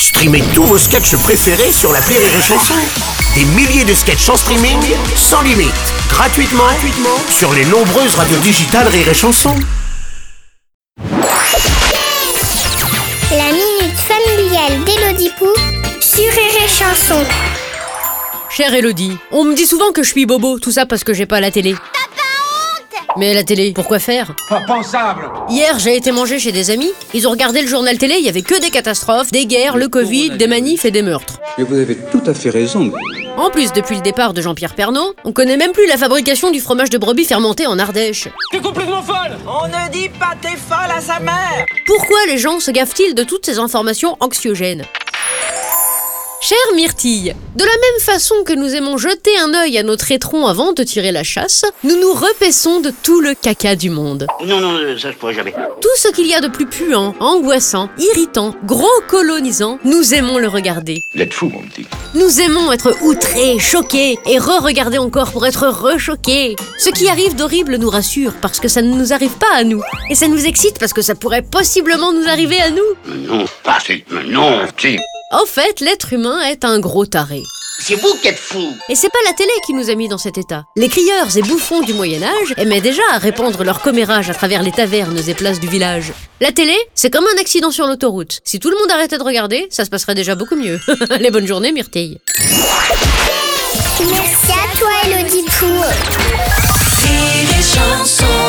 Streamez tous vos sketchs préférés sur l'appli Rire et Chanson. Des milliers de sketchs en streaming, sans limite, gratuitement sur les nombreuses radios digitales Rire et Chanson. La minute familiale d'Élodie Pou sur Rire et Chanson. Chère Élodie, on me dit souvent que je suis bobo, tout ça parce que j'ai pas la télé. Mais la télé, pourquoi faire? Pas pensable! Hier, j'ai été manger chez des amis, ils ont regardé le journal télé, il y avait que des catastrophes, des guerres, le Covid, des manifs et des meurtres. Mais vous avez tout à fait raison. En plus, depuis le départ de Jean-Pierre Pernaut, on connaît même plus la fabrication du fromage de brebis fermenté en Ardèche. T'es complètement folle! On ne dit pas t'es folle à sa mère! Pourquoi les gens se gavent-ils de toutes ces informations anxiogènes? Chère Myrtille, de la même façon que nous aimons jeter un œil à notre étron avant de tirer la chasse, nous nous repaissons de tout le caca du monde. Non, ça je pourrais jamais. Tout ce qu'il y a de plus puant, angoissant, irritant, gros colonisant, nous aimons le regarder. Vous êtes fou, mon petit. Nous aimons être outrés, choqués, et re-regarder encore pour être re-choqués. Ce qui arrive d'horrible nous rassure, parce que ça ne nous arrive pas à nous. Et ça nous excite parce que ça pourrait possiblement nous arriver à nous. Non, pas si, non, si. En fait, l'être humain est un gros taré. C'est vous qui êtes fou. Et c'est pas la télé qui nous a mis dans cet état. Les crieurs et bouffons du Moyen-Âge aimaient déjà à répandre leur commérage à travers les tavernes et places du village. La télé, c'est comme un accident sur l'autoroute. Si tout le monde arrêtait de regarder, ça se passerait déjà beaucoup mieux. Les bonnes journées, Myrtille. Merci à toi, Élodie Pou. Rire et Chanson.